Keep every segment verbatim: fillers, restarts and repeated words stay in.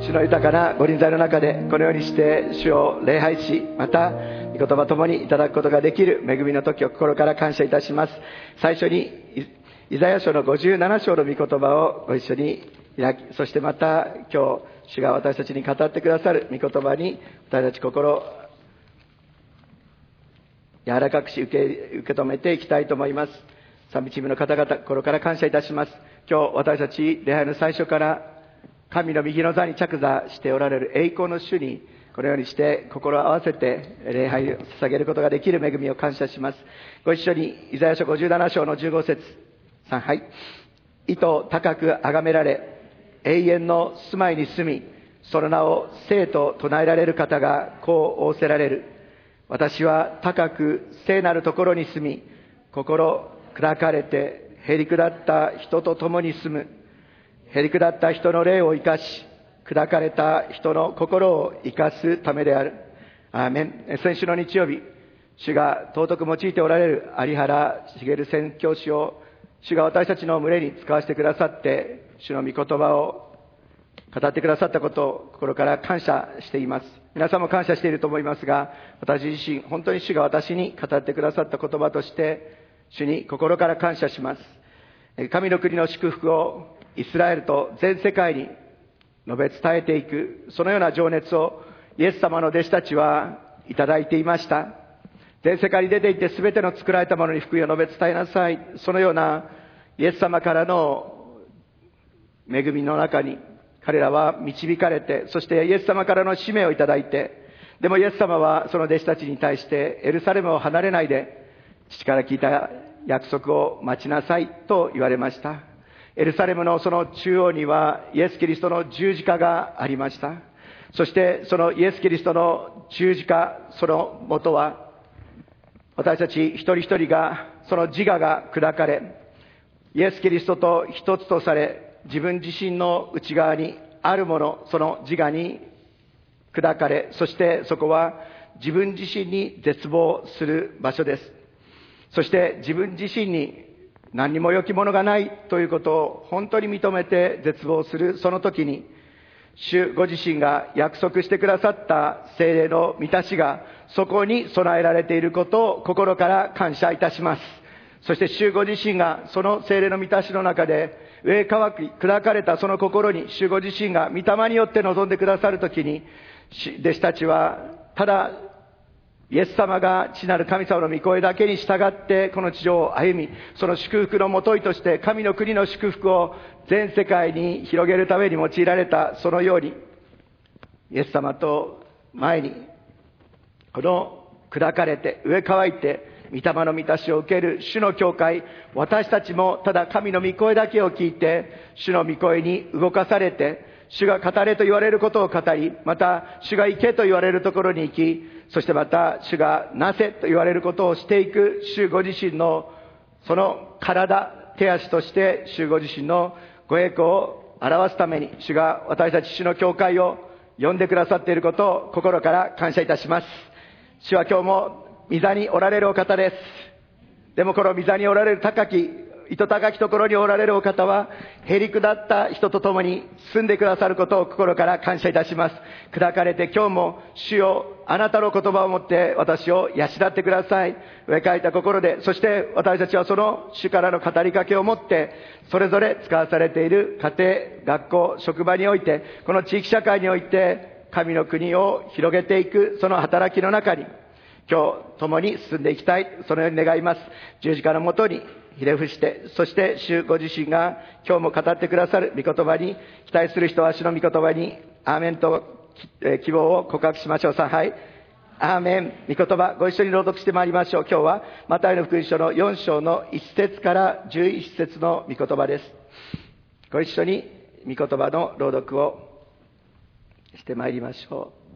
主の豊かなご臨在の中でこのようにして主を礼拝し、また御言葉ともにいただくことができる恵みの時を心から感謝いたします。最初にイザヤ書のごじゅうなな章の御言葉をご一緒に開き、そしてまた今日主が私たちに語ってくださる御言葉に私たち心を柔らかくし受け、受け止めていきたいと思います。賛美チームの方々、心から感謝いたします。今日私たち礼拝の最初から神の右の座に着座しておられる栄光の主にこのようにして心を合わせて礼拝を捧げることができる恵みを感謝します。ご一緒にイザヤ書ごじゅうなな章のじゅうご節、さんはい。意図高く崇められ永遠の住まいに住み、その名を聖と唱えられる方がこう仰せられる。私は高く聖なるところに住み、心砕かれてへり下った人と共に住む。へり下った人の霊を生かし、砕かれた人の心を生かすためである。アーメン。先週の日曜日、主が尊く用いておられる有原茂宣教師を主が私たちの群れに使わせてくださって、主の御言葉を語ってくださったことを心から感謝しています。皆さんも感謝していると思いますが、私自身本当に主が私に語ってくださった言葉として主に心から感謝します。神の国の祝福をイスラエルと全世界に述べ伝えていく、そのような情熱をイエス様の弟子たちはいただいていました。全世界に出て行って全ての作られたものに福音を述べ伝えなさい、そのようなイエス様からの恵みの中に彼らは導かれて、そしてイエス様からの使命をいただいて、でもイエス様はその弟子たちに対してエルサレムを離れないで父から聞いた約束を待ちなさいと言われました。エルサレムのその中央にはイエス・キリストの十字架がありました。そしてそのイエス・キリストの十字架、その元は私たち一人一人がその自我が砕かれ、イエス・キリストと一つとされ、自分自身の内側にあるもの、その自我に砕かれ、そしてそこは自分自身に絶望する場所です。そして自分自身に何にも良きものがないということを本当に認めて絶望するその時に、主ご自身が約束してくださった聖霊の満たしがそこに備えられていることを心から感謝いたします。そして主ご自身がその聖霊の満たしの中で上乾き砕かれたその心に主ご自身が御霊によって臨んでくださるときに、弟子たちはただイエス様が父なる神様の御声だけに従ってこの地上を歩み、その祝福のもといとして神の国の祝福を全世界に広げるために用いられたそのように、イエス様と前にこの砕かれて上乾いて御霊の満たしを受ける主の教会、私たちもただ神の御声だけを聞いて主の御声に動かされて、主が語れと言われることを語り、また主が行けと言われるところに行き、そしてまた主がなせと言われることをしていく主ご自身のその体、手足として主ご自身のご栄光を表すために、主が私たち主の教会を呼んでくださっていることを心から感謝いたします。主は今日も御座におられるお方です。でもこの御座におられる高き、糸高きところにおられるお方は、へり下った人と共に住んでくださることを心から感謝いたします。砕かれて今日も主よ、あなたの言葉をもって私を養ってください。植え替えた心で、そして私たちはその主からの語りかけをもって、それぞれ使わされている家庭、学校、職場において、この地域社会において、神の国を広げていくその働きの中に、今日共に進んでいきたい、そのように願います。十字架のもとにひれ伏して、そして主ご自身が今日も語ってくださる御言葉に期待する人は主の御言葉にアーメンと希望を告白しましょう。さんはい。アーメン。御言葉ご一緒に朗読してまいりましょう。今日はマタイの福音書のよん章のいち節からじゅういち節の御言葉です。ご一緒に御言葉の朗読をしてまいりましょう。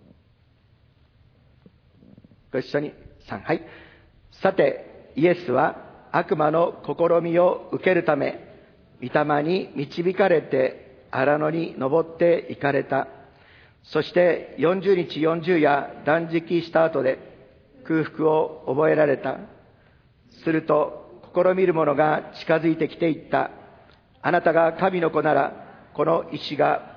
ご一緒にさんはい。さてイエスは悪魔の試みを受けるため御霊に導かれて荒野に登って行かれた。そしてよんじゅうにちよんじゅう夜断食した後で空腹を覚えられた。すると試みる者が近づいてきていった。あなたが神の子ならこの石が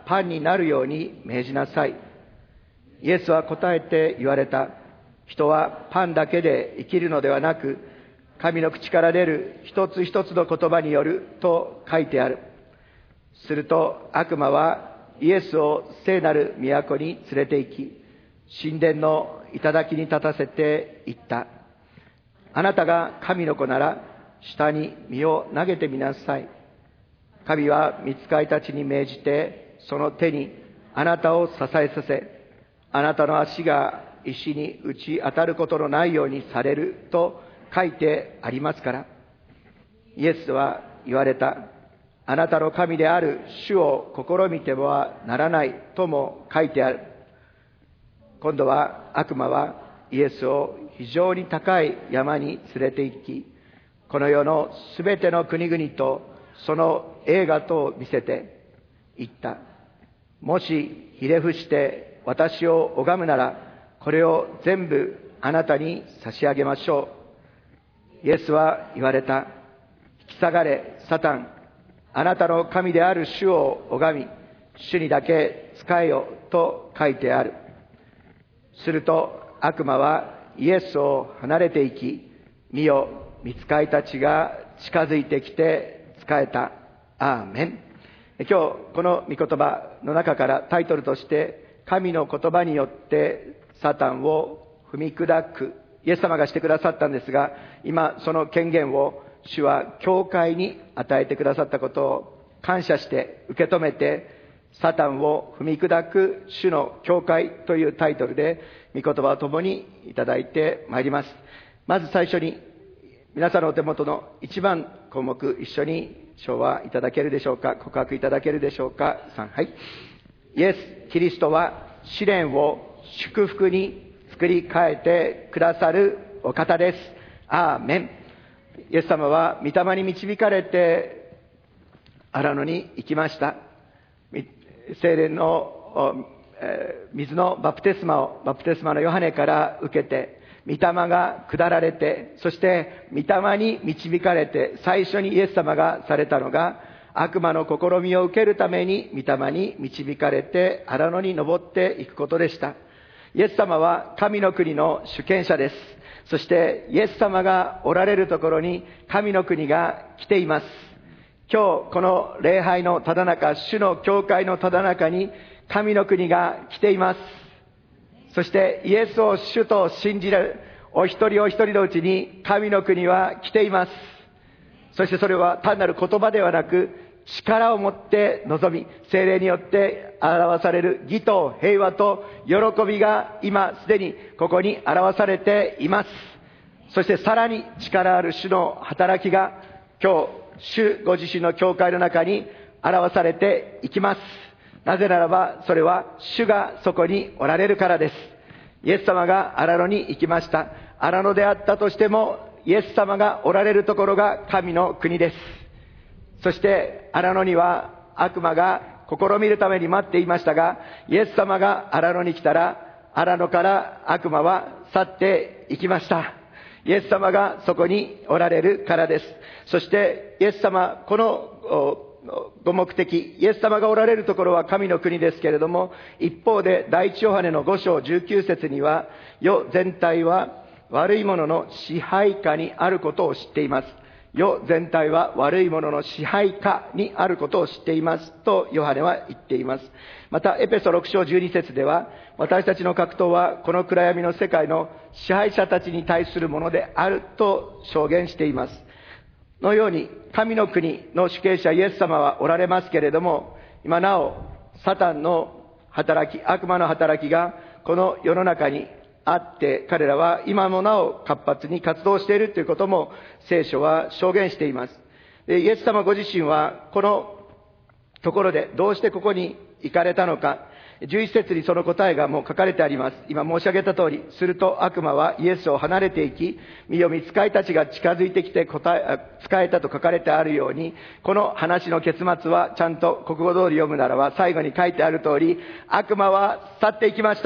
パンになるように命じなさい。イエスは答えて言われた。人はパンだけで生きるのではなく、神の口から出る一つ一つの言葉によると書いてある。すると悪魔はイエスを聖なる都に連れて行き、神殿の頂に立たせて言った。あなたが神の子なら下に身を投げてみなさい。神は御使いたちに命じて、その手にあなたを支えさせ、あなたの足が石に打ち当たることのないようにされると書いてありますから。イエスは言われた。あなたの神である主を試みてはならないとも書いてある。今度は悪魔はイエスを非常に高い山に連れて行き、この世のすべての国々とその栄華とを見せて言った。もしひれ伏して私を拝むなら、これを全部あなたに差し上げましょう。イエスは言われた。引き下がれ、サタン。あなたの神である主を拝み、主にだけ仕えよと書いてある。すると悪魔はイエスを離れていき、見よ、御使いたちが近づいてきて仕えた。アーメン。今日この御言葉の中からタイトルとして、神の言葉によってサタンを踏み砕く、イエス様がしてくださったんですが、今その権限を主は教会に与えてくださったことを感謝して受け止めて、サタンを踏み砕く主の教会というタイトルで御言葉を共にいただいてまいります。まず最初に皆さんのお手元の一番項目、一緒に唱和いただけるでしょうか。告白いただけるでしょうか。さん、はい。イエス・キリストは試練を祝福に作り変えてくださるお方です。アーメン。イエス様は御霊に導かれて荒野に行きました。聖霊の、えー、水のバプテスマをバプテスマのヨハネから受けて、御霊が下られて、そして御霊に導かれて、最初にイエス様がされたのが、悪魔の試みを受けるために御霊に導かれて荒野に登っていくことでした。イエス様は神の国の主権者です。そしてイエス様がおられるところに神の国が来ています。今日この礼拝のただ中、主の教会のただ中に神の国が来ています。そしてイエスを主と信じるお一人お一人のうちに神の国は来ています。そしてそれは単なる言葉ではなく、力を持って臨み、聖霊によって表される義と平和と喜びが今すでにここに表されています。そしてさらに力ある主の働きが今日主ご自身の教会の中に表されていきます。なぜならばそれは主がそこにおられるからです。イエス様が荒野に行きました。荒野であったとしてもイエス様がおられるところが神の国です。そして荒野には悪魔が試みるために待っていましたが、イエス様が荒野に来たら荒野から悪魔は去っていきました。イエス様がそこにおられるからです。そしてイエス様、このご目的、イエス様がおられるところは神の国ですけれども、一方で第一ヨハネのご章じゅうきゅう節には、世全体は悪いものの支配下にあることを知っています。世全体は悪いものの支配下にあることを知っていますとヨハネは言っています。またエペソろく章じゅうに節では、私たちの格闘はこの暗闇の世界の支配者たちに対するものであると証言しています。のように神の国の主権者イエス様はおられますけれども、今なおサタンの働き、悪魔の働きがこの世の中にあって、彼らは今もなお活発に活動しているということも聖書は証言しています。でイエス様ご自身はこのところでどうしてここに行かれたのか、じゅういち節にその答えがもう書かれてあります。今申し上げた通り、すると悪魔はイエスを離れていき、見よ御使いたちが近づいてきて答え使えたと書かれてあるように、この話の結末はちゃんと国語通り読むならば最後に書いてある通り、悪魔は去っていきました。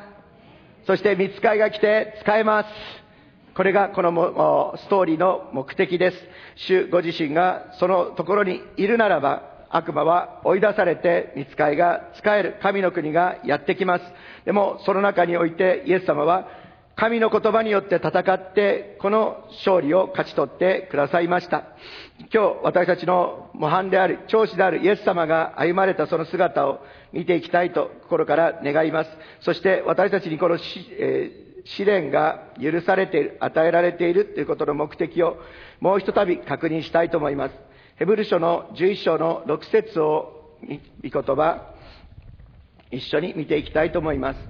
そして御使いが来て使えます。これがこのストーリーの目的です。主ご自身がそのところにいるならば、 悪魔は追い出されて、御使いが仕える神の国がやってきます。でもその中においてイエス様は神の言葉によって戦って、この勝利を勝ち取ってくださいました。今日私たちの模範である、長子であるイエス様が歩まれたその姿を見ていきたいと心から願います。そして私たちにこのし、えー試練が許されている、与えられているということの目的をもう一度確認したいと思います。ヘブル書のじゅういっ章のろく節を御言葉一緒に見ていきたいと思います。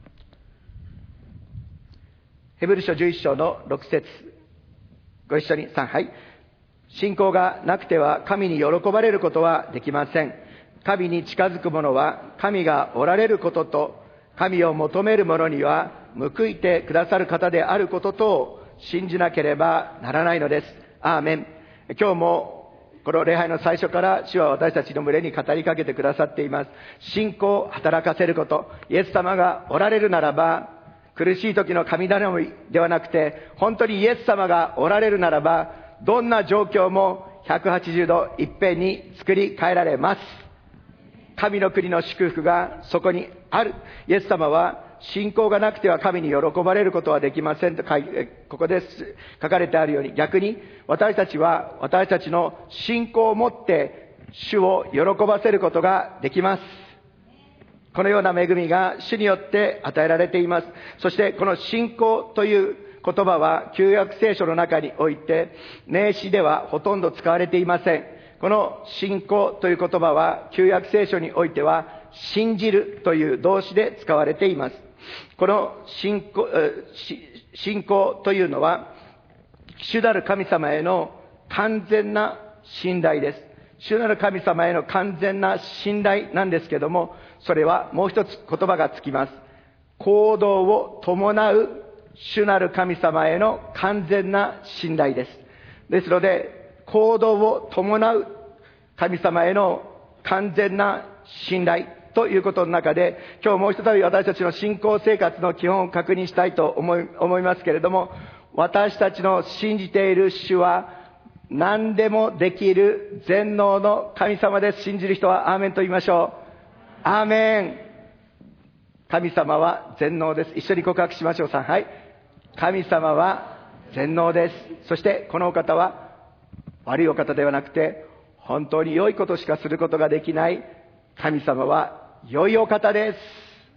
ヘブル書じゅういっ章のろく節、ご一緒にさん、はい。信仰がなくては神に喜ばれることはできません。神に近づく者は神がおられることと、神を求める者には報いてくださる方であることとを信じなければならないのです。アーメン。今日もこの礼拝の最初から主は私たちの群れに語りかけてくださっています。信仰を働かせること。イエス様がおられるならば、苦しい時の神頼みではなくて、本当にイエス様がおられるならば、どんな状況もひゃくはちじゅうどいっぺんに作り変えられます。神の国の祝福がそこにある。イエス様は信仰がなくては神に喜ばれることはできませんと書いて、ここです書かれてあるように、逆に私たちは私たちの信仰を持って主を喜ばせることができます。このような恵みが主によって与えられています。そしてこの信仰という言葉は旧約聖書の中において名詞ではほとんど使われていません。この信仰という言葉は旧約聖書においては信じるという動詞で使われています。この信仰、信仰というのは主なる神様への完全な信頼です。主なる神様への完全な信頼なんですけども、それはもう一つ言葉がつきます。行動を伴う主なる神様への完全な信頼です。ですので行動を伴う神様への完全な信頼ということの中で、今日もう一度私たちの信仰生活の基本を確認したいと思い、思いますけれども、私たちの信じている主は何でもできる全能の神様です。信じる人はアーメンと言いましょう。アーメン。神様は全能です。一緒に告白しましょう。さん、はい。神様は全能です。そしてこのお方は悪いお方ではなくて、本当に良いことしかすることができない神様は良いお方です。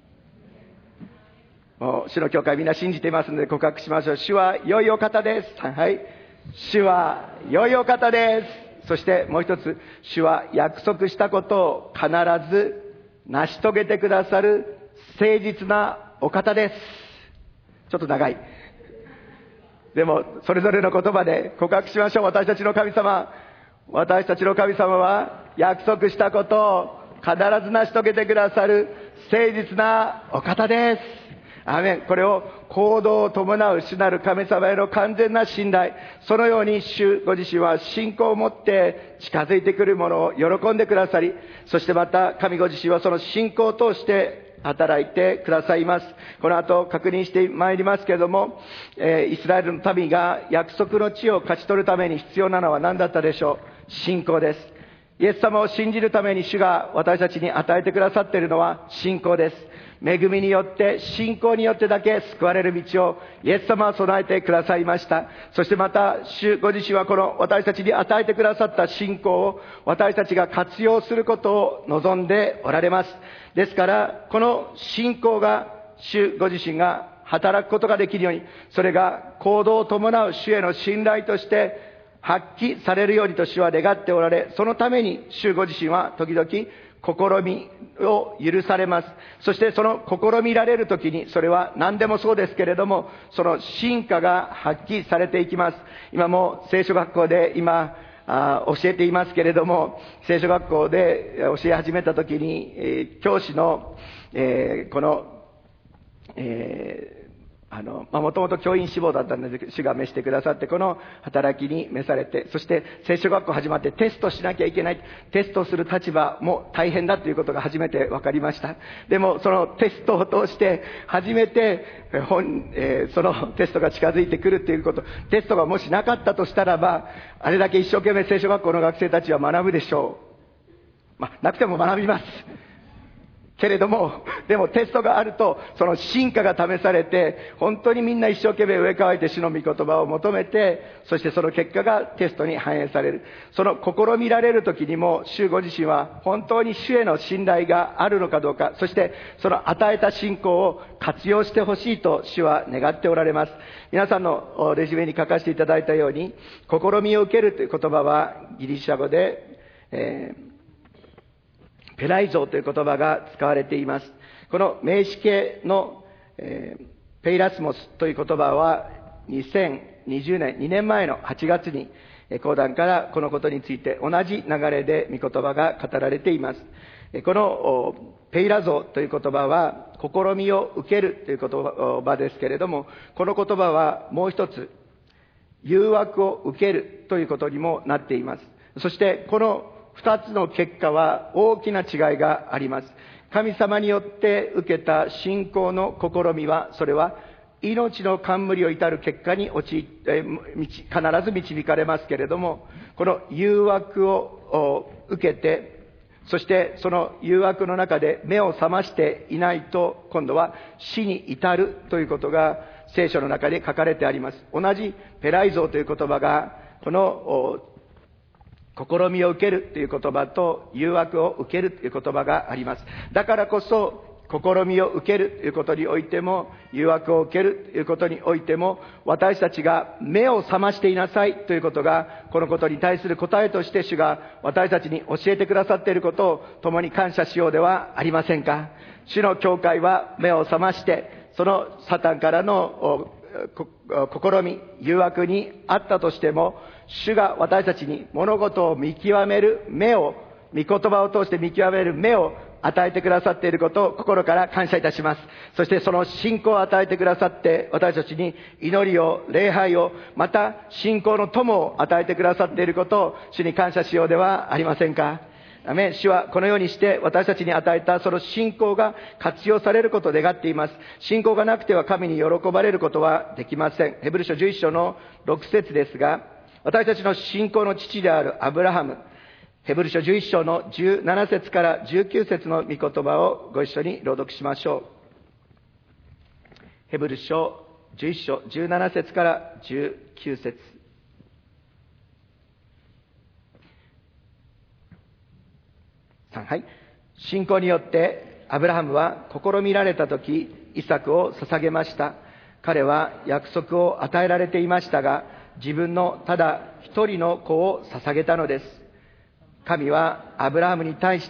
もう主の教会みんな信じていますので告白しましょう。主は良いお方です。はい。主は良いお方です。そしてもう一つ、主は約束したことを必ず成し遂げてくださる誠実なお方です。ちょっと長い。でもそれぞれの言葉で告白しましょう。私たちの神様、私たちの神様は約束したことを必ず成し遂げてくださる誠実なお方です。アーメン。これを行動を伴う主なる神様への完全な信頼、そのように主ご自身は信仰を持って近づいてくるものを喜んでくださり、そしてまた神ご自身はその信仰を通して働いてくださいます。この後確認してまいりますけれども、えー、イスラエルの民が約束の地を勝ち取るために必要なのは何だったでしょう。信仰です。イエス様を信じるために主が私たちに与えてくださっているのは信仰です。恵みによって、信仰によってだけ救われる道をイエス様は備えてくださいました。そしてまた主ご自身はこの私たちに与えてくださった信仰を私たちが活用することを望んでおられます。ですからこの信仰が主ご自身が働くことができるように、それが行動を伴う主への信頼として発揮されるようにと主は願っておられ、そのために主ご自身は時々試みを許されます。そしてその試みられるときに、それは何でもそうですけれども、その真価が発揮されていきます。今も聖書学校で今あ教えていますけれども、聖書学校で教え始めたときに、えー、教師の、えー、この、えーあの、まあ、もともと教員志望だったんですけど、主が召してくださって、この働きに召されて、そして聖書学校始まってテストしなきゃいけない。テストする立場も大変だということが初めて分かりました。でも、そのテストを通して、初めて本、えー、そのテストが近づいてくるということ、テストがもしなかったとしたらば、あれだけ一生懸命聖書学校の学生たちは学ぶでしょう。 まあ、なくても学びますけれども、でもテストがあるとその進化が試されて、本当にみんな一生懸命上乾いて主の御言葉を求めて、そしてその結果がテストに反映される。その試みられる時にも主ご自身は本当に主への信頼があるのかどうか、そしてその与えた信仰を活用してほしいと主は願っておられます。皆さんのレジュメに書かせていただいたように、試みを受けるという言葉はギリシャ語で、えーペライゾーという言葉が使われています。この名詞形の、えー、ペイラスモスという言葉はにせんにじゅうねん、にねんまえのはちがつに講談からこのことについて同じ流れで御言葉が語られています。このペイラゾーという言葉は試みを受けるという言葉ですけれども、この言葉はもう一つ誘惑を受けるということにもなっています。そしてこの二つの結果は大きな違いがあります。神様によって受けた信仰の試みは、それは命の冠を至る結果に陥え必ず導かれますけれども、この誘惑を受けて、そしてその誘惑の中で目を覚ましていないと、今度は死に至るということが聖書の中で書かれてあります。同じペライゾーという言葉が、この試みを受けるという言葉と誘惑を受けるという言葉があります。だからこそ試みを受けるということにおいても、誘惑を受けるということにおいても、私たちが目を覚ましていなさいということが、このことに対する答えとして主が私たちに教えてくださっていることを共に感謝しようではありませんか。主の教会は目を覚まして、そのサタンからの試み、誘惑にあったとしても、主が私たちに物事を見極める目を、御言葉を通して見極める目を与えてくださっていることを心から感謝いたします。そしてその信仰を与えてくださって、私たちに祈りを、礼拝を、また信仰の友を与えてくださっていることを主に感謝しようではありませんか。アメン。主はこのようにして私たちに与えたその信仰が活用されることを願っています。信仰がなくては神に喜ばれることはできません。ヘブル書じゅういっ章のろく節ですが、私たちの信仰の父であるアブラハム、ヘブル書じゅういっ章のじゅうなな節からじゅうきゅう節の御言葉をご一緒に朗読しましょう。ヘブル書じゅういっ章じゅうなな節からじゅうきゅう節。はい。信仰によってアブラハムは試みられたとき、イサクを捧げました。彼は約束を与えられていましたが、自分のただ一人の子を捧げたのです。神はアブラハムに対して、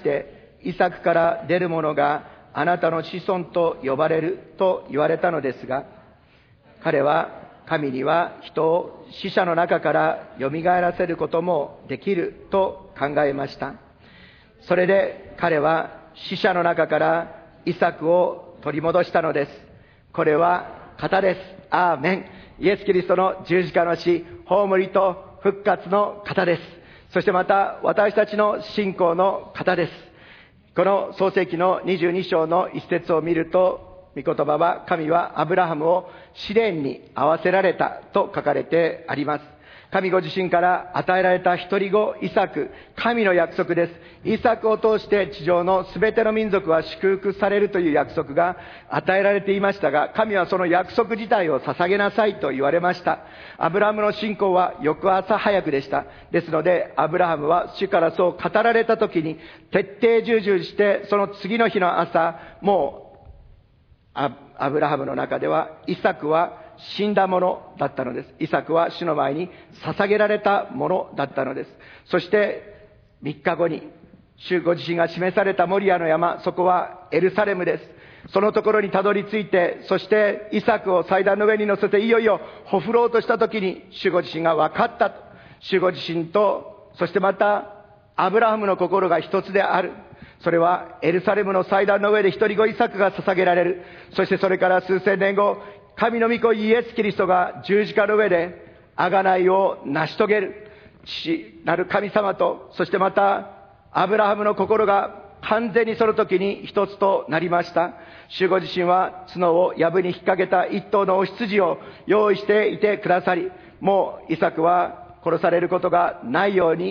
イサクから出るものがあなたの子孫と呼ばれると言われたのですが、彼は神には人を死者の中から蘇らせることもできると考えました。それで彼は死者の中からイサクを取り戻したのです。これは型です。アーメン。イエス・キリストの十字架の死、葬りと復活の型です。そしてまた私たちの信仰の型です。この創世記のにじゅうに章の一節を見ると、御言葉は神はアブラハムを試練に合わせられたと書かれてあります。神ご自身から与えられた一人子イサク、神の約束です。イサクを通して地上のすべての民族は祝福されるという約束が与えられていましたが、神はその約束自体を捧げなさいと言われました。アブラハムの信仰は翌朝早くでした。ですのでアブラハムは主からそう語られた時に徹底従順して、その次の日の朝、もうアアブラハムの中ではイサクは死んだものだったのです。イサクは主の前に捧げられたものだったのです。そしてみっかごに主ご自身が示されたモリアの山、そこはエルサレムです。そのところにたどり着いて、そしてイサクを祭壇の上に乗せていよいよほふろうとした時に、主ご自身が分かったと。主ご自身と、そしてまたアブラハムの心が一つである。それはエルサレムの祭壇の上で一人子イサクが捧げられる。そしてそれから数千年後、神の御子イエス・キリストが十字架の上で贖いを成し遂げる。父なる神様と、そしてまたアブラハムの心が完全にその時に一つとなりました。主ご自身は角を藪に引っ掛けた一頭のお羊を用意していてくださり、もうイサクは殺されることがないように、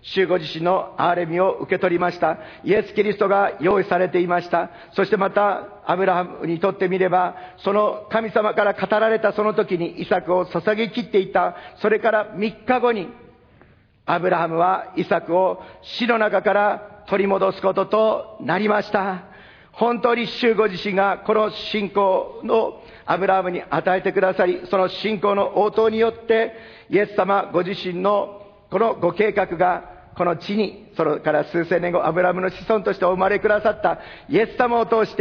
主ご自身の憐れみを受け取りました。イエス・キリストが用意されていました。そしてまたアブラハムにとってみれば、その神様から語られたその時にイサクを捧げ切っていた。それからみっかごにアブラハムはイサクを死の中から取り戻すこととなりました。本当に主ご自身がこの信仰のアブラハムに与えてくださり、その信仰の応答によってイエス様ご自身のこのご計画がこの地に、それから数千年後アブラハムの子孫としてお生まれくださったイエス様を通して、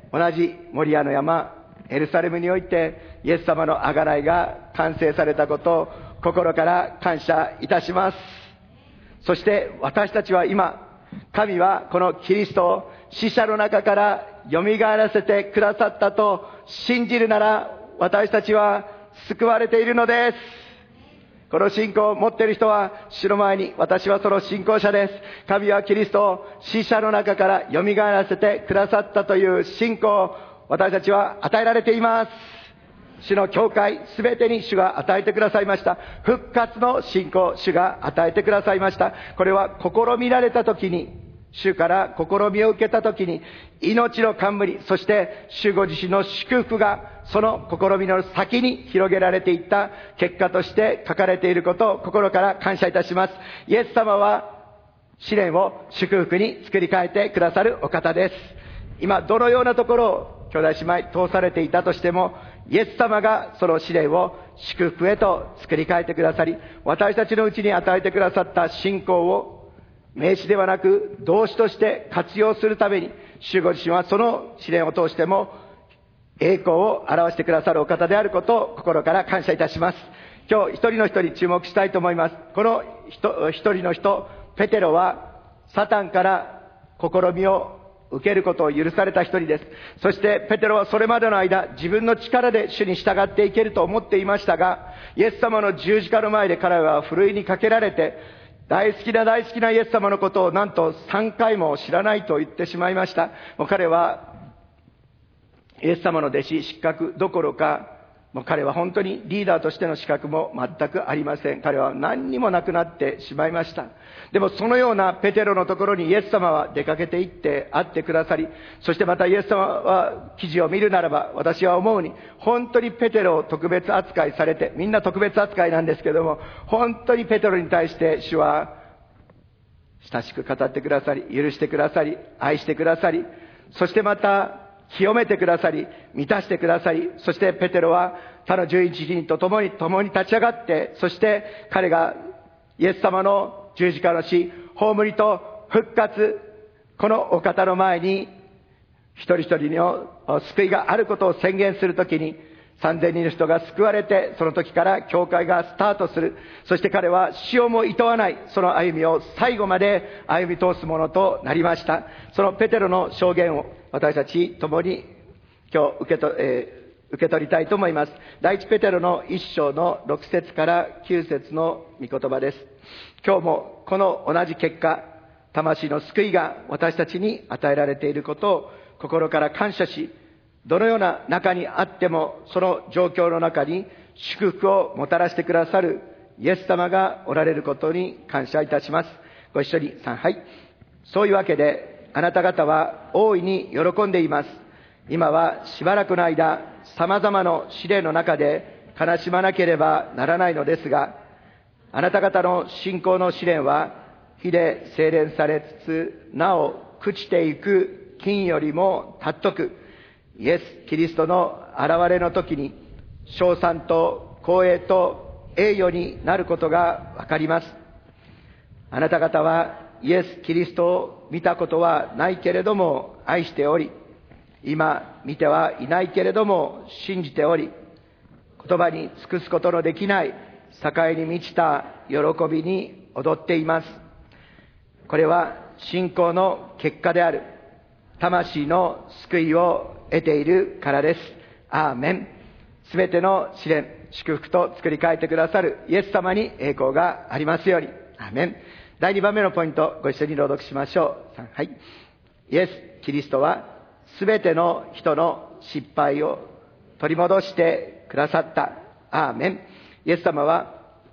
同じモリアの山エルサレムにおいてイエス様の贖いが完成されたことを心から感謝いたします。そして私たちは今、神はこのキリストを死者の中からよみがえらせてくださったと信じるなら、私たちは救われているのです。この信仰を持っている人は主の前に、私はその信仰者です。神はキリストを死者の中からよみがえらせてくださったという信仰を私たちは与えられています。主の教会すべてに主が与えてくださいました。復活の信仰、主が与えてくださいました。これは試みられた時に、主から試みを受けた時に、命の冠、そして主ご自身の祝福がその試みの先に広げられていった結果として書かれていることを心から感謝いたします。イエス様は試練を祝福に作り変えてくださるお方です。今どのようなところを兄弟姉妹通されていたとしても、イエス様がその試練を祝福へと作り変えてくださり、私たちのうちに与えてくださった信仰を名詞ではなく動詞として活用するために、主ご自身はその試練を通しても栄光を表してくださるお方であることを心から感謝いたします。今日一人の人に注目したいと思います。この人一人の人、ペテロはサタンから試みを受けることを許された一人です。そしてペテロはそれまでの間、自分の力で主に従っていけると思っていましたが、イエス様の十字架の前で彼はふるいにかけられて、大好きな大好きなイエス様のことをなんとさんかいも知らないと言ってしまいました。もう彼はイエス様の弟子失格どころか、もう彼は本当にリーダーとしての資格も全くありません。彼は何にもなくなってしまいました。でもそのようなペテロのところにイエス様は出かけて行って会ってくださり、そしてまたイエス様は記事を見るならば、私は思うに本当にペテロを特別扱いされて、みんな特別扱いなんですけども、本当にペテロに対して主は親しく語ってくださり、許してくださり、愛してくださり、そしてまた清めてくださり、満たしてくださり、そしてペテロは他のじゅういちにんと共に共に立ち上がって、そして彼がイエス様の十字架の死、葬りと復活、このお方の前に一人一人の救いがあることを宣言するときに、さんぜんにんの人が救われて、その時から教会がスタートする。そして彼は死をも厭わないその歩みを最後まで歩み通すものとなりました。そのペテロの証言を私たち共に今日受けと、えー、受け取りたいと思います。第一ペテロの一章のろく節からきゅう節の御言葉です。今日もこの同じ結果、魂の救いが私たちに与えられていることを心から感謝し、どのような中にあってもその状況の中に祝福をもたらしてくださるイエス様がおられることに感謝いたします。ご一緒にさんはい。そういうわけであなた方は大いに喜んでいます。今はしばらくの間様々な試練の中で悲しまなければならないのですが、あなた方の信仰の試練は火で精錬されつつなお朽ちていく金よりも尊く、イエス・キリストの現れの時に称賛と光栄と栄誉になることがわかります。あなた方はイエス・キリストを見たことはないけれども愛しており、今見てはいないけれども信じており、言葉に尽くすことのできない栄に満ちた喜びに踊っています。これは信仰の結果である魂の救いを得ているからです。アーメン。すべての試練、祝福と作り変えてくださるイエス様に栄光がありますように。アーメン。だいにばんめのポイント、ご一緒に朗読しましょう。はい。イエス・キリストはすべての人の失敗を取り戻してくださった。アーメン。イエス様は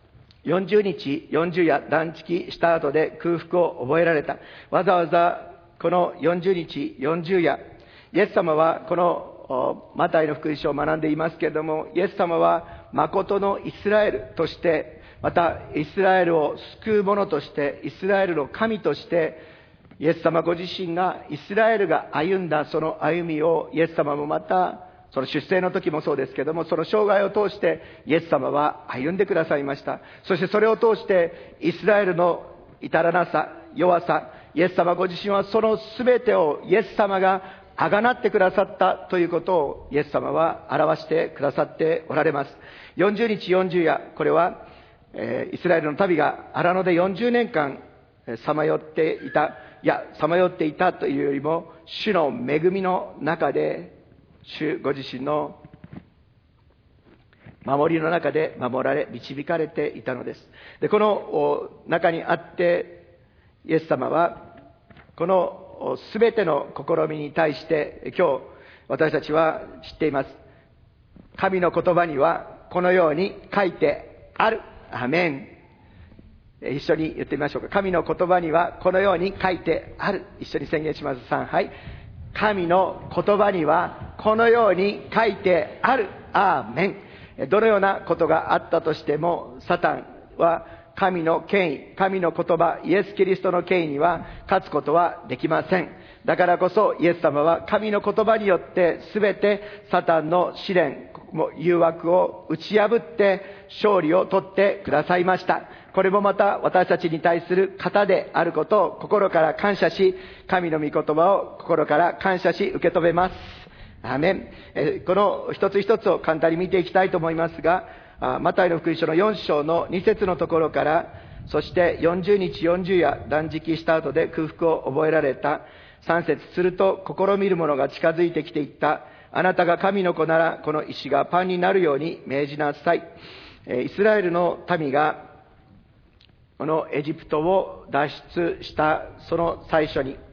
よんじゅうにちよんじゅう夜断食した後で空腹を覚えられた。わざわざこのよんじゅうにちよんじゅう夜、イエス様はこのマタイの福音書を学んでいますけれども、イエス様は誠のイスラエルとして、またイスラエルを救う者として、イスラエルの神として、イエス様ご自身がイスラエルが歩んだその歩みを、イエス様もまたその出生の時もそうですけども、その生涯を通してイエス様は歩んでくださいました。そしてそれを通してイスラエルの至らなさ、弱さ、イエス様ご自身はその全てをイエス様があがなってくださったということをイエス様は表してくださっておられます。よんじゅうにちよんじゅう夜、これは、えー、イスラエルの民が荒野でよんじゅうねんかんさまよっていた、いやさまよっていたというよりも、主の恵みの中で、主ご自身の守りの中で守られ導かれていたのです。で、この中にあってイエス様はこのすべての試みに対して今日私たちは知っています。神の言葉にはこのように書いてある。アメン。一緒に言ってみましょうか。神の言葉にはこのように書いてある。一緒に宣言します。さん、はい。神の言葉にはこのように書いてある。アーメン。どのようなことがあったとしても、サタンは神の権威、神の言葉、イエス・キリストの権威には勝つことはできません。だからこそイエス様は神の言葉によって全てサタンの試練、誘惑を打ち破って勝利を取ってくださいました。これもまた私たちに対する方であることを心から感謝し、神の御言葉を心から感謝し受け止めます。アーメン。えこの一つ一つを簡単に見ていきたいと思いますが、マタイの福音書のよん章のに節のところから、そしてよんじゅうにちよんじゅう夜断食した後で空腹を覚えられた。さん節、すると試みる者が近づいてきていった。あなたが神の子ならこの石がパンになるように命じなさい。イスラエルの民がこのエジプトを脱出したその最初に、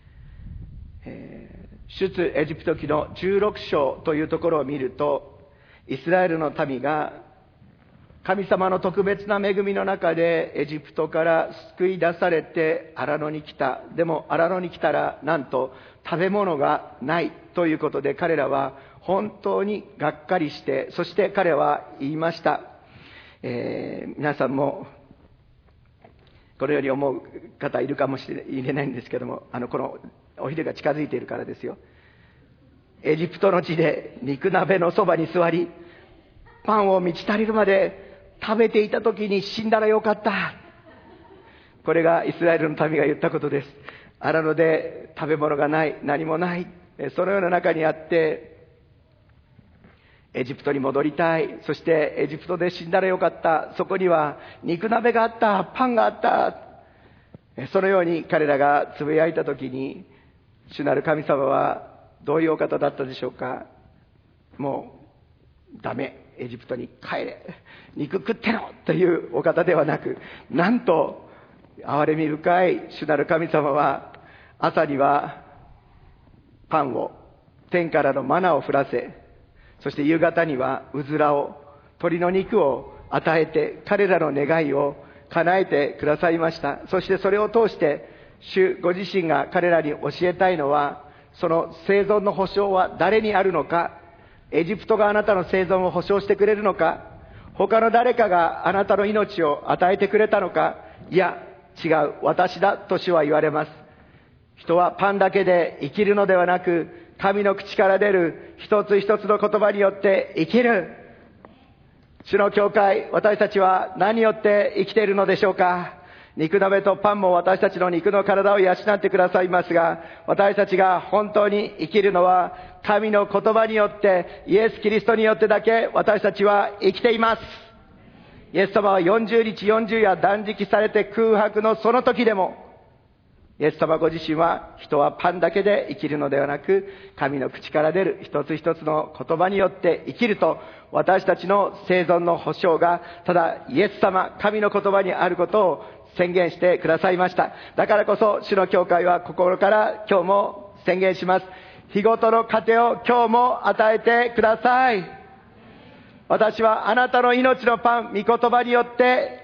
えー、出エジプト記のじゅうろく章というところを見ると、イスラエルの民が神様の特別な恵みの中でエジプトから救い出されて荒野に来た。でも荒野に来たらなんと食べ物がないということで、彼らは本当にがっかりして、そして彼は言いました。えー、皆さんもこのように思う方いるかもしれないんですけども、あのこのお昼が近づいているからですよ。エジプトの地で肉鍋のそばに座り、パンを満ち足りるまで食べていた時に死んだらよかった。これがイスラエルの民が言ったことです。荒野で食べ物がない、何もない、そのような中にあってエジプトに戻りたい。そしてエジプトで死んだらよかった。そこには肉鍋があった、パンがあった。そのように彼らがつぶやいたときに、主なる神様はどういうお方だったでしょうか。もうダメ、エジプトに帰れ、肉食ってろというお方ではなく、なんと憐れみ深い主なる神様は、朝にはパンを、天からのマナを降らせ、そして夕方にはうずらを、鶏の肉を与えて彼らの願いを叶えてくださいました。そしてそれを通して主ご自身が彼らに教えたいのは、その生存の保証は誰にあるのか。エジプトがあなたの生存を保証してくれるのか、他の誰かがあなたの命を与えてくれたのか。いや違う、私だと主は言われます。人はパンだけで生きるのではなく、神の口から出る一つ一つの言葉によって生きる。主の教会、私たちは何によって生きているのでしょうか。肉鍋とパンも私たちの肉の体を養ってくださいますが、私たちが本当に生きるのは神の言葉によって、イエス・キリストによってだけ私たちは生きています。イエス様はよんじゅうにちよんじゅう夜断食されて空白のその時でも、イエス様ご自身は、人はパンだけで生きるのではなく、神の口から出る一つ一つの言葉によって生きると、私たちの生存の保証がただイエス様、神の言葉にあることを宣言してくださいました。だからこそ主の教会は心から今日も宣言します。日ごとの糧を今日も与えてください。私はあなたの命のパン、御言葉によって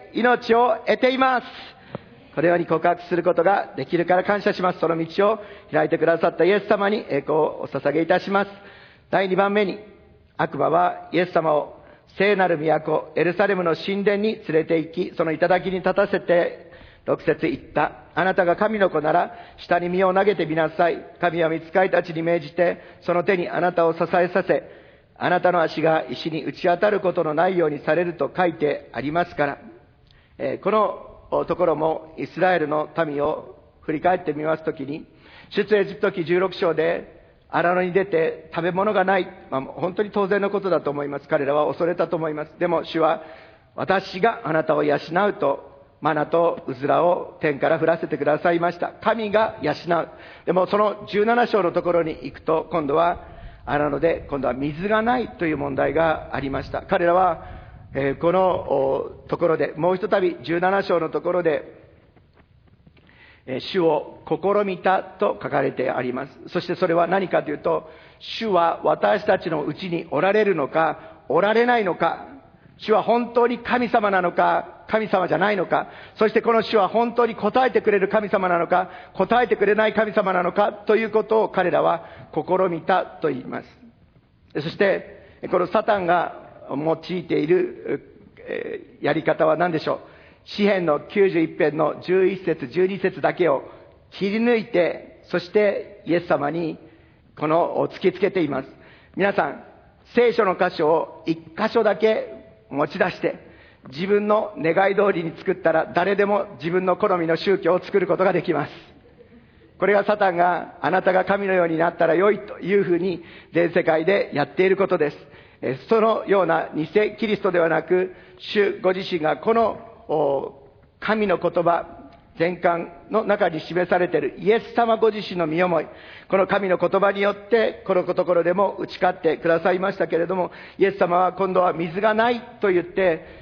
て命を得ています。このように告白することができるから感謝します。その道を開いてくださったイエス様に栄光をお捧げいたします。だいにばんめに、悪魔はイエス様を聖なる都エルサレムの神殿に連れて行き、その頂に立たせてろく節言った。あなたが神の子なら下に身を投げてみなさい。神は御使いたちに命じてその手にあなたを支えさせ、あなたの足が石に打ち当たることのないようにされると書いてありますから、えー、このところもイスラエルの民を振り返ってみますときに、出エジプト記じゅうろく章で荒野に出て食べ物がない、まあ、本当に当然のことだと思います。彼らは恐れたと思います。でも主は、私があなたを養うとマナとうずらを天から降らせてくださいました。神が養う。でもそのじゅうなな章のところに行くと、今度は荒野で今度は水がないという問題がありました。彼らはえー、このところでもうひとたびじゅうなな章のところで、えー、主を試みたと書かれてあります。そしてそれは何かというと、主は私たちのうちにおられるのかおられないのか、主は本当に神様なのか神様じゃないのか、そしてこの主は本当に答えてくれる神様なのか答えてくれない神様なのかということを彼らは試みたと言います。そしてこのサタンが用いている、えー、やり方は何でしょう。詩編のきゅうじゅういち編のじゅういち節じゅうに節だけを切り抜いて、そしてイエス様にこのを突きつけています。皆さん、聖書の箇所を一箇所だけ持ち出して自分の願い通りに作ったら、誰でも自分の好みの宗教を作ることができます。これがサタンがあなたが神のようになったら良いというふうに全世界でやっていることです。そのような偽キリストではなく、主ご自身がこの神の言葉、前巻の中に示されているイエス様ご自身の身思い、この神の言葉によってこのところでも打ち勝ってくださいましたけれども、イエス様は今度は水がないと言って、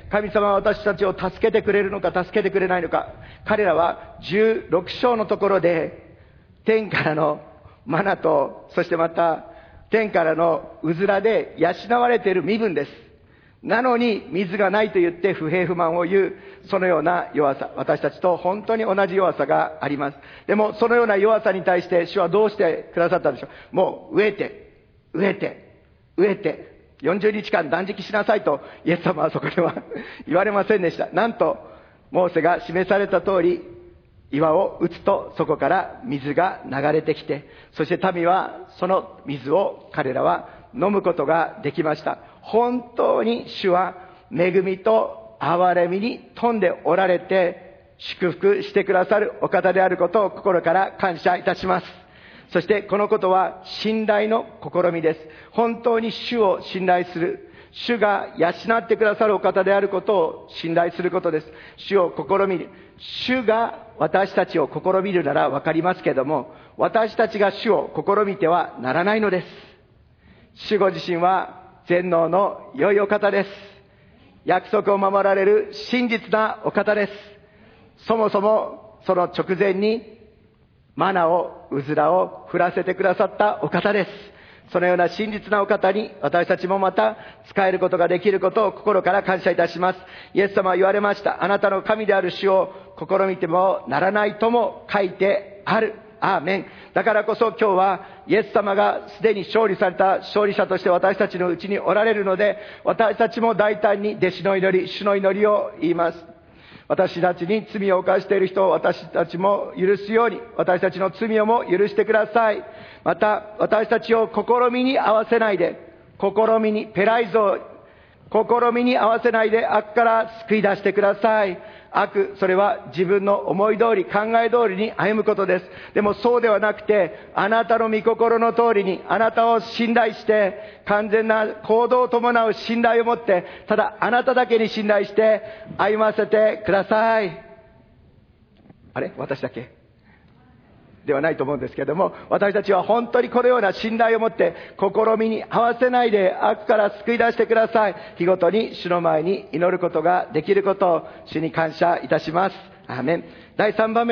神様は私たちを助けてくれるのか助けてくれないのか、彼らはじゅうろく章のところで天からのマナと、そしてまた天からのうずらで養われている身分です。なのに水がないと言って不平不満を言う、そのような弱さ、私たちと本当に同じ弱さがあります。でもそのような弱さに対して主はどうしてくださったんでしょう。もう飢えて飢えて飢えてよんじゅうにちかん断食しなさいとイエス様はそこでは言われませんでした。なんとモーセが示された通り、岩を打つとそこから水が流れてきて、そして民はその水を彼らは飲むことができました。本当に主は恵みと憐れみに富んでおられて、祝福してくださるお方であることを心から感謝いたします。そしてこのことは信頼の試みです。本当に主を信頼する、主が養ってくださるお方であることを信頼することです。主を試みる。主が私たちを試みるならわかりますけれども、私たちが主を試みてはならないのです。主ご自身は全能の良いお方です。約束を守られる真実なお方です。そもそもその直前にマナをうずらを降らせてくださったお方です。そのような真実なお方に私たちもまた仕えることができることを心から感謝いたします。イエス様は言われました。あなたの神である主を試みてもならないとも書いてある。アーメン。だからこそ今日はイエス様がすでに勝利された勝利者として私たちのうちにおられるので、私たちも大胆に弟子の祈り、主の祈りを言います。私たちに罪を犯している人を私たちも許すように、私たちの罪をも許してください。また私たちを試みに合わせないで、試みにペライゾー、試みに合わせないで悪から救い出してください。悪、それは自分の思い通り、考え通りに歩むことです。でもそうではなくて、あなたの御心の通りに、あなたを信頼して、完全な行動を伴う信頼を持って、ただあなただけに信頼して歩ませてください。あれ？私だけではないと思うんですけれども、私たちは本当にこのような信頼を持って試みに合わせないで悪から救い出してください。日ごとに主の前に祈ることができることを主に感謝いたします。アーメン。だいさんばんめの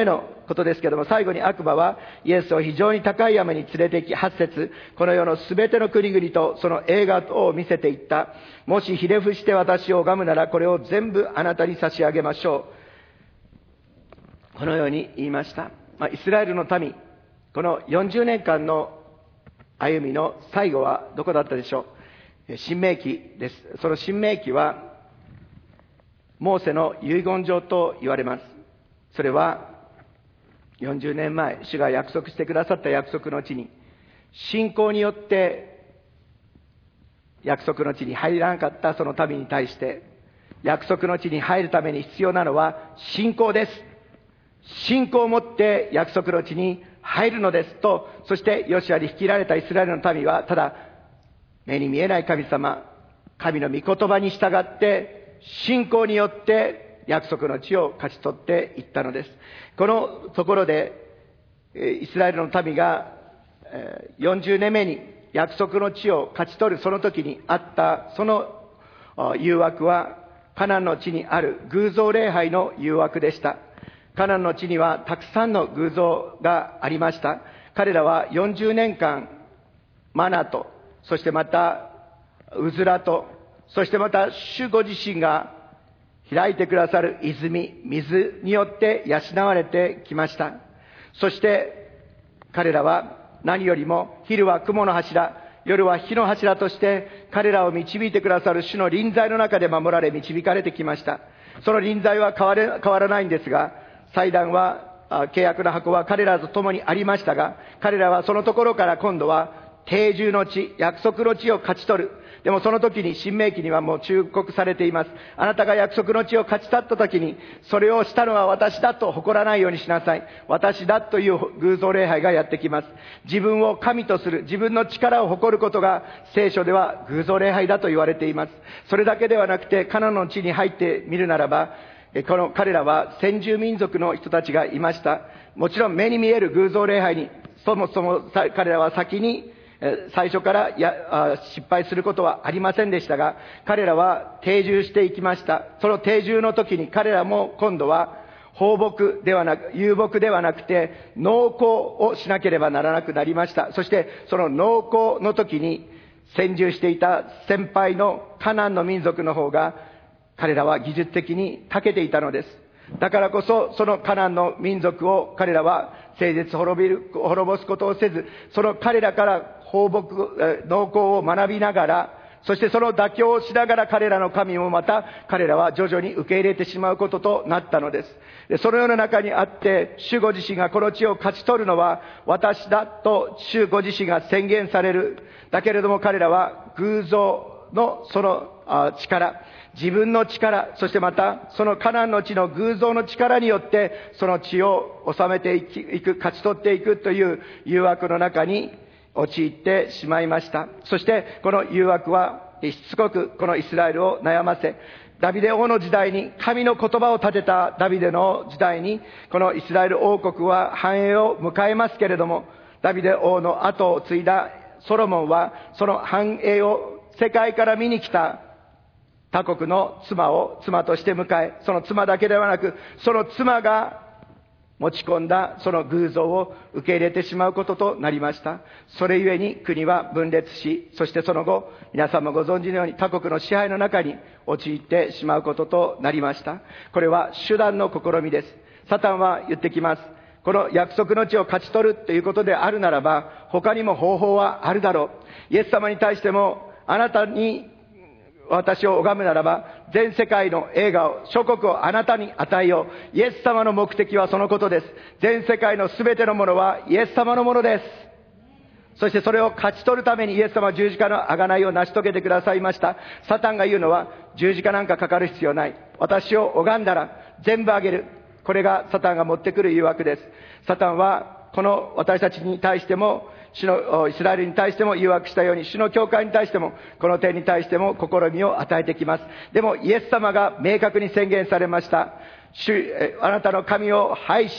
ことですけども、最後に悪魔はイエスを非常に高い山に連れて行き、はち節、この世のすべての国々とその栄華を見せていった。もしひれ伏して私を拝むなら、これを全部あなたに差し上げましょう。このように言いました。まあ、イスラエルの民、このよんじゅうねんかんの歩みの最後はどこだったでしょう。新明記です。その新明記はモーセの遺言状と言われます。それはよんじゅうねんまえ、主が約束してくださった約束の地に、信仰によって約束の地に入らなかったその民に対して、約束の地に入るために必要なのは信仰です。信仰を持って約束の地に入るのですと、そしてヨシュアに率いられたイスラエルの民は、ただ目に見えない神様、神の御言葉に従って信仰によって約束の地を勝ち取っていったのです。このところでイスラエルの民がよんじゅうねんめに約束の地を勝ち取るその時にあったその誘惑は、カナンの地にある偶像礼拝の誘惑でした。カナンの地にはたくさんの偶像がありました。彼らはよんじゅうねんかんマナと、そしてまたうずらと、そしてまた主ご自身が開いてくださる泉、水によって養われてきました。そして彼らは何よりも昼は雲の柱、夜は火の柱として彼らを導いてくださる主の臨在の中で守られ導かれてきました。その臨在は変われ、変わらないんですが、祭壇は、契約の箱は彼らと共にありましたが、彼らはそのところから今度は定住の地、約束の地を勝ち取る。でもその時に新明記にはもう忠告されています。あなたが約束の地を勝ち取った時に、それをしたのは私だと誇らないようにしなさい。私だという偶像礼拝がやってきます。自分を神とする、自分の力を誇ることが聖書では偶像礼拝だと言われています。それだけではなくて、カナンの地に入ってみるならば、この彼らは先住民族の人たちがいました。もちろん目に見える偶像礼拝に、そもそも彼らは先に最初からや失敗することはありませんでしたが、彼らは定住していきました。その定住の時に彼らも今度は放牧ではなく、遊牧ではなくて農耕をしなければならなくなりました。そしてその農耕の時に先住していた先輩のカナンの民族の方が、彼らは技術的に長けていたのです。だからこそ、そのカナンの民族を彼らは誠実滅びる、滅ぼすことをせず、その彼らから放牧、農耕を学びながら、そしてその妥協をしながら彼らの神もまた彼らは徐々に受け入れてしまうこととなったのです。でそのような中にあって、主ご自身がこの地を勝ち取るのは私だと主ご自身が宣言される。だけれども彼らは偶像のその力、自分の力、そしてまたそのカナンの地の偶像の力によってその地を治めていく、勝ち取っていくという誘惑の中に陥ってしまいました。そしてこの誘惑はしつこくこのイスラエルを悩ませ、ダビデ王の時代に神の言葉を立てたダビデの時代にこのイスラエル王国は繁栄を迎えますけれども、ダビデ王の後を継いだソロモンはその繁栄を世界から見に来た他国の妻を妻として迎え、その妻だけではなく、その妻が持ち込んだその偶像を受け入れてしまうこととなりました。それゆえに国は分裂し、そしてその後、皆さんもご存知のように他国の支配の中に陥ってしまうこととなりました。これは手段の試みです。サタンは言ってきます。この約束の地を勝ち取るということであるならば、他にも方法はあるだろう。イエス様に対しても、あなたに私を拝むならば、全世界の栄華を、諸国をあなたに与えよう。イエス様の目的はそのことです。全世界のすべてのものはイエス様のものです。そしてそれを勝ち取るためにイエス様は十字架の贖いを成し遂げてくださいました。サタンが言うのは、十字架なんかかかる必要ない。私を拝んだら全部あげる。これがサタンが持ってくる誘惑です。サタンはこの私たちに対しても、主のイスラエルに対しても誘惑したように、主の教会に対してもこの点に対しても試みを与えてきます。でもイエス様が明確に宣言されました。主あなたの神を拝し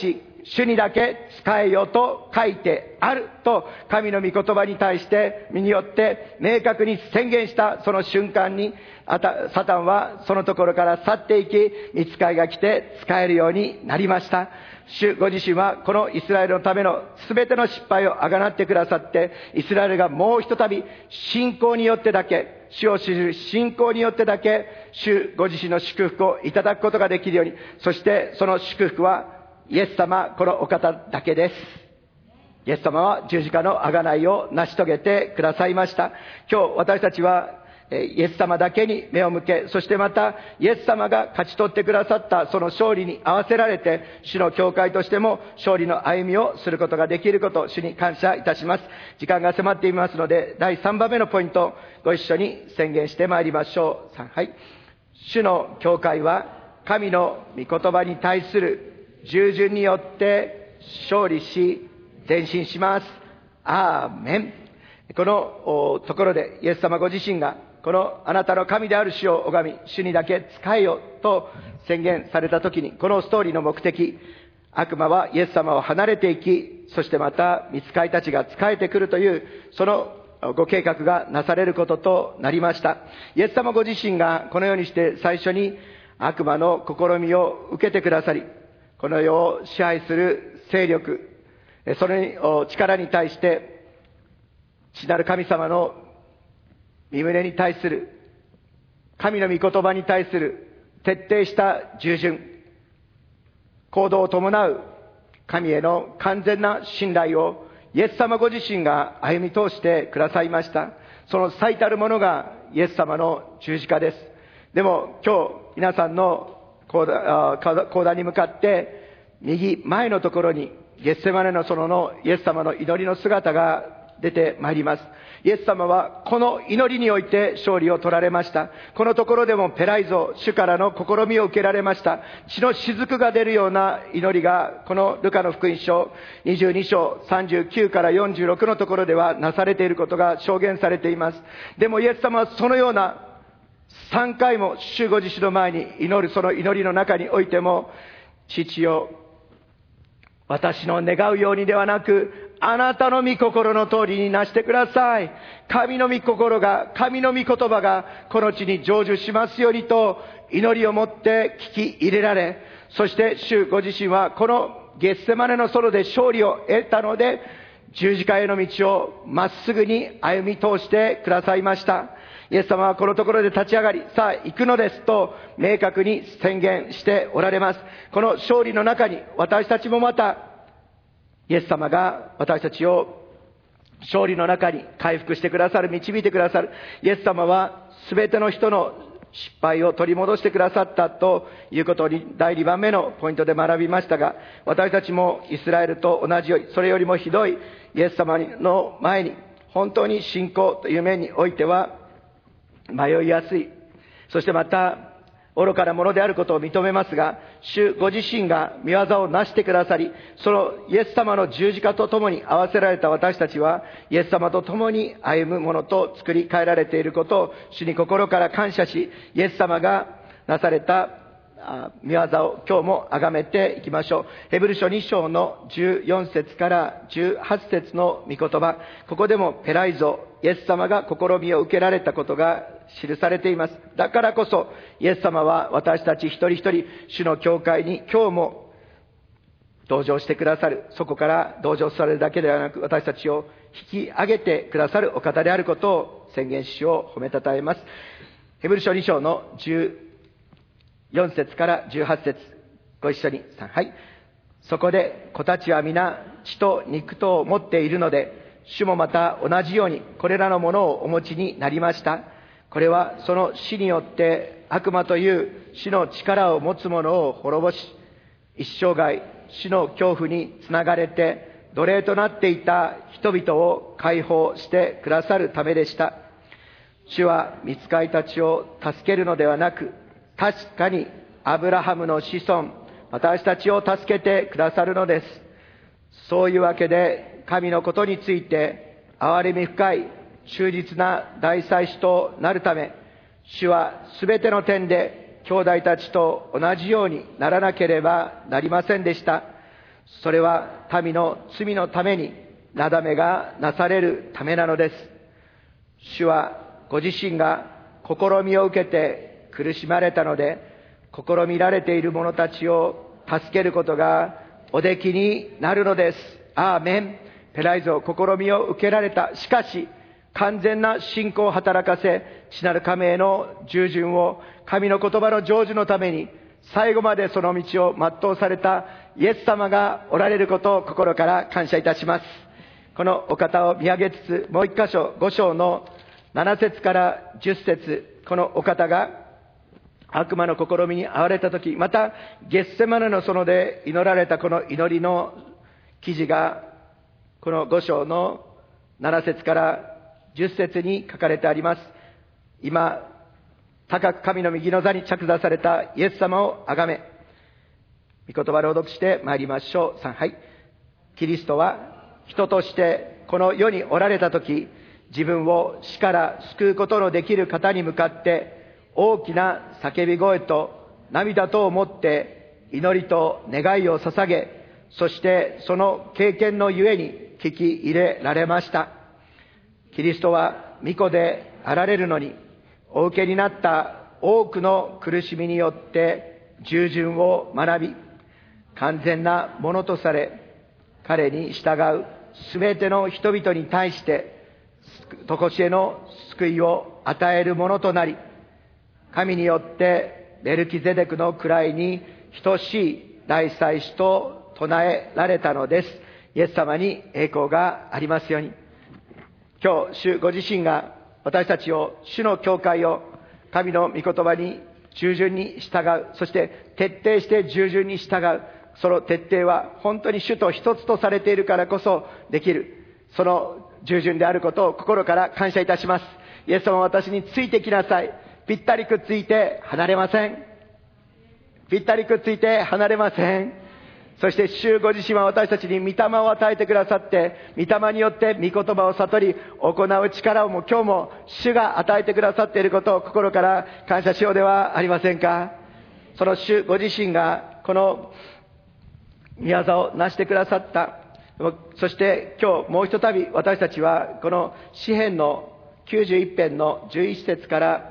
主にだけ仕えよと書いてあると神の御言葉に対して身によって明確に宣言したその瞬間に、サタンはそのところから去っていき、御使いが来て仕えるようになりました。主ご自身はこのイスラエルのための全ての失敗をあがなってくださって、イスラエルがもうひとたび信仰によってだけ、主を知る信仰によってだけ、主ご自身の祝福をいただくことができるように、そしてその祝福はイエス様このお方だけです。イエス様は十字架の贖いを成し遂げてくださいました。今日私たちはイエス様だけに目を向け、そしてまたイエス様が勝ち取ってくださったその勝利に合わせられて、主の教会としても勝利の歩みをすることができることを主に感謝いたします。時間が迫っていますので、だいさんばんめのポイントをご一緒に宣言してまいりましょう。はい。主の教会は神の御言葉に対する従順によって勝利し前進します。アーメン。このところでイエス様ご自身がこのあなたの神である主を拝み、主にだけ仕えよと宣言されたときに、このストーリーの目的、悪魔はイエス様を離れていき、そしてまた御使いたちが仕えてくるという、そのご計画がなされることとなりました。イエス様ご自身がこのようにして最初に悪魔の試みを受けてくださり、この世を支配する勢力、その力に対して、父なる神様の御胸に対する、神の御言葉に対する徹底した従順、行動を伴う神への完全な信頼をイエス様ご自身が歩み通してくださいました。その最たるものがイエス様の十字架です。でも今日皆さんの講談に向かって右前のところにゲッセマネの園のイエス様の祈りの姿が出てまいります。イエス様はこの祈りにおいて勝利を取られました。このところでもペライゾ、主からの試みを受けられました。血の雫が出るような祈りがこのルカの福音書にじゅうに章さんじゅうきゅうからよんじゅうろくのところではなされていることが証言されています。でもイエス様はそのようなさんかいも主ご自身の前に祈るその祈りの中においても、父よ、私の願うようにではなく、あなたの御心の通りになしてください。神の御心が、神の御言葉がこの地に成就しますようにと祈りをもって聞き入れられ、そして主ご自身はこのゲッセマネの園で勝利を得たので、十字架への道をまっすぐに歩み通してくださいました。イエス様はこのところで立ち上がり、さあ行くのですと明確に宣言しておられます。この勝利の中に私たちもまたイエス様が私たちを勝利の中に回復してくださる、導いてくださる。イエス様は全ての人の失敗を取り戻してくださったということをだいにばんめのポイントで学びましたが、私たちもイスラエルと同じように、それよりもひどいイエス様の前に本当に信仰という面においては迷いやすい、そしてまた愚かなものであることを認めますが、主ご自身が御業をなしてくださり、そのイエス様の十字架とともに合わせられた私たちは、イエス様と共に歩むものと作り変えられていることを主に心から感謝し、イエス様がなされた御業を今日も崇めていきましょう。ヘブル書に章のじゅうよん節からじゅうはち節の御言葉、ここでもペライゾ、イエス様が試みを受けられたことが記されています。だからこそイエス様は私たち一人一人、主の教会に今日も同情してくださる、そこから同情されるだけではなく、私たちを引き上げてくださるお方であることを宣言しを褒めたたえます。ヘブル書に章のじゅうよん節からじゅうはち節、ご一緒に。はい。そこで子たちは皆血と肉とを持っているので、主もまた同じようにこれらのものをお持ちになりました。これはその死によって悪魔という死の力を持つ者を滅ぼし、一生涯死の恐怖につながれて奴隷となっていた人々を解放してくださるためでした。主は御使いたちを助けるのではなく、確かにアブラハムの子孫、私たちを助けてくださるのです。そういうわけで神のことについて憐れみ深い忠実な大祭司となるため、主はすべての点で兄弟たちと同じようにならなければなりませんでした。 それは民の罪のためになだめがなされるためなのです。主はご自身が試みを受けて苦しまれたので、試みられている者たちを助けることがおできになるのです。アーメン。ペライゾ試みを受けられた。しかし完全な信仰を働かせ、父なる神への従順を神の言葉の成就のために最後までその道を全うされたイエス様がおられることを心から感謝いたします。このお方を見上げつつ、もう一箇所ご章のなな節からじゅっ節、このお方が悪魔の試みに遭われたとき、またゲッセマネの園で祈られたこの祈りの記事がこのご章のなな節からじゅっ節に書かれてあります。今高く神の右の座に着座されたイエス様をあがめ、御言葉朗読してまいりましょう。さん、はい。キリストは人としてこの世におられたとき、自分を死から救うことのできる方に向かって大きな叫び声と涙とをもって祈りと願いを捧げ、そしてその経験のゆえに聞き入れられました。キリストは御子であられるのに、お受けになった多くの苦しみによって従順を学び、完全なものとされ、彼に従うすべての人々に対して常しえの救いを与えるものとなり、神によってメルキゼデクの位に等しい大祭司と唱えられたのです。イエス様に栄光がありますように。今日主ご自身が私たちを、主の教会を神の御言葉に従順に従う、そして徹底して従順に従う、その徹底は本当に主と一つとされているからこそできる、その従順であることを心から感謝いたします。イエス様は私についてきなさい。ぴったりくっついて離れません。ぴったりくっついて離れません。そして主ご自身は私たちに御霊を与えてくださって、御霊によって御言葉を悟り行う力をも今日も主が与えてくださっていることを心から感謝しようではありませんか。その主ご自身がこの御業を成してくださった。そして今日もうひとたび私たちはこの詩編のきゅうじゅういち編のじゅういち節から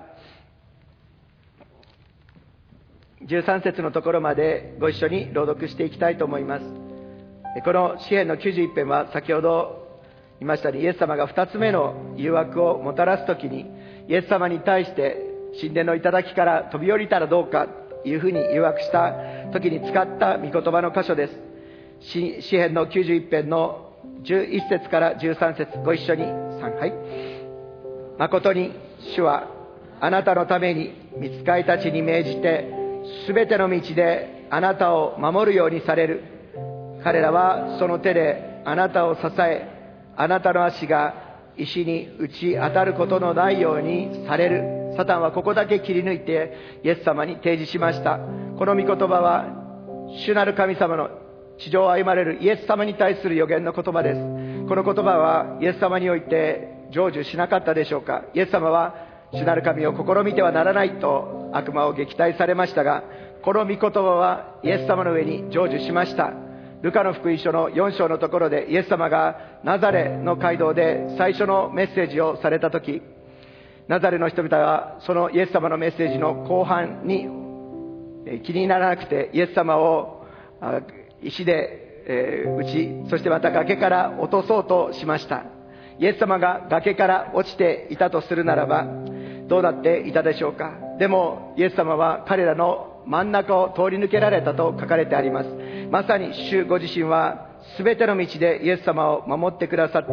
じゅうさん節のところまでご一緒に朗読していきたいと思います。この詩編のきゅうじゅういち編は先ほど言いましたように、イエス様がふたつめの誘惑をもたらすときに、イエス様に対して神殿の頂から飛び降りたらどうかというふうに誘惑したときに使った御言葉の箇所です。詩編のきゅうじゅういち編のじゅういち節からじゅうさん節、ご一緒に。さん、はい。誠に主はあなたのために御使いたちに命じて、すべての道であなたを守るようにされる。彼らはその手であなたを支え、あなたの足が石に打ち当たることのないようにされる。サタンはここだけ切り抜いてイエス様に提示しました。この御言葉は主なる神様の地上を歩まれるイエス様に対する予言の言葉です。この言葉はイエス様において成就しなかったでしょうか。イエス様は主なる神を試みてはならないと悪魔を撃退されましたが、この御言葉はイエス様の上に成就しました。ルカの福音書のよん章のところで、イエス様がナザレの街道で最初のメッセージをされたとき、ナザレの人々はそのイエス様のメッセージの後半に気にならなくて、イエス様を石で、えー、打ち、そしてまた崖から落とそうとしました。イエス様が崖から落ちていたとするならばどうなっていたでしょうか。でもイエス様は彼らの真ん中を通り抜けられたと書かれてあります。まさに主ご自身は全ての道でイエス様を守ってくださって、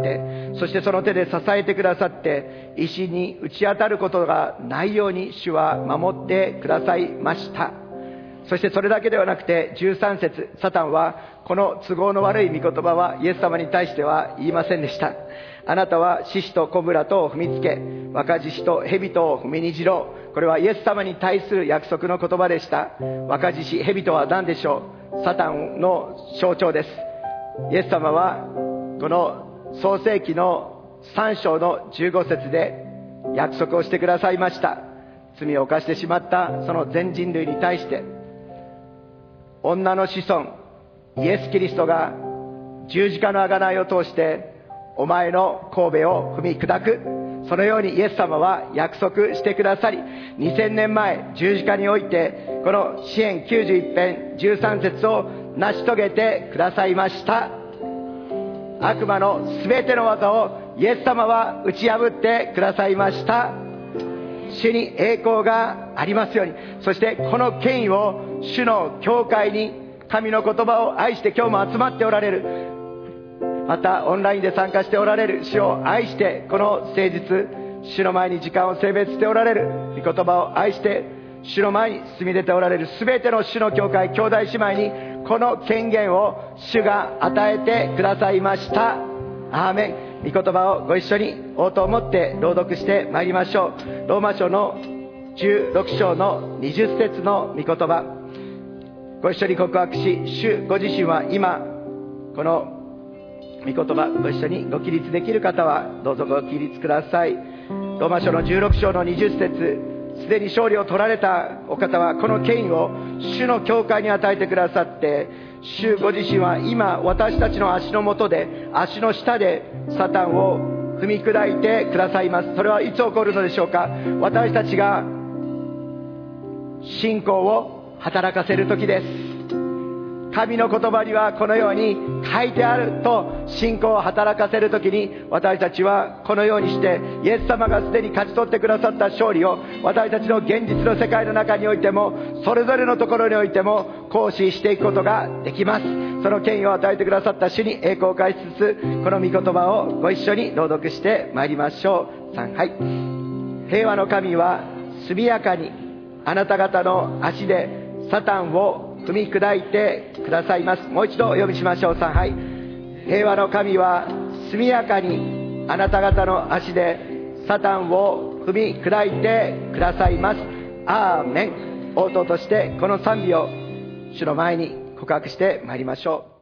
そしてその手で支えてくださって、石に打ち当たることがないように主は守ってくださいました。そしてそれだけではなくてじゅうさん節、サタンはこの都合の悪い御言葉はイエス様に対しては言いませんでした。あなたは獅子とコブラとを踏みつけ、若獅子と蛇とを踏みにじろう。これはイエス様に対する約束の言葉でした。若獅子、蛇とは何でしょう。サタンの象徴です。イエス様はこの創世記のさん章のじゅうご節で約束をしてくださいました。罪を犯してしまったその全人類に対して、女の子孫イエス・キリストが十字架の贖いを通してお前の頭を踏み砕く、そのようにイエス様は約束してくださり、にせんねんまえ十字架においてこの詩編きゅうじゅういち編じゅうさん節を成し遂げてくださいました。悪魔のすべての技をイエス様は打ち破ってくださいました。主に栄光がありますように。そしてこの権威を主の教会に、神の言葉を愛して今日も集まっておられる、またオンラインで参加しておられる主を愛して、この誠実主の前に時間を性別しておられる、御言葉を愛して主の前に進み出ておられるすべての主の教会兄弟姉妹にこの権限を主が与えてくださいました。アーメン。御言葉をご一緒に応答を持って朗読してまいりましょう。ローマ書のじゅうろく章のにじゅっ節の御言葉、ご一緒に告白し、主ご自身は今この御言葉ご一緒にご起立できる方はどうぞご起立ください。ローマ書のじゅうろく章のにじゅっ節、すでに勝利を取られたお方はこの権威を主の教会に与えてくださって、主ご自身は今私たちの足の下で、足の下でサタンを踏み砕いてくださいます。それはいつ起こるのでしょうか。私たちが信仰を働かせる時です。神の言葉にはこのように書いてあると、信仰を働かせるときに私たちはこのようにしてイエス様がすでに勝ち取ってくださった勝利を私たちの現実の世界の中においても、それぞれのところにおいても行使していくことができます。その権威を与えてくださった主に栄光を返しつつ、この御言葉をご一緒に朗読してまいりましょう。さん、はい。平和の神は速やかにあなた方の足でサタンを踏み砕いてくださいます。もう一度お読みしましょう。さん、はい。平和の神は速やかにあなた方の足でサタンを踏み砕いてくださいます。アーメン。応答としてこの賛美を主の前に告白してまいりましょう。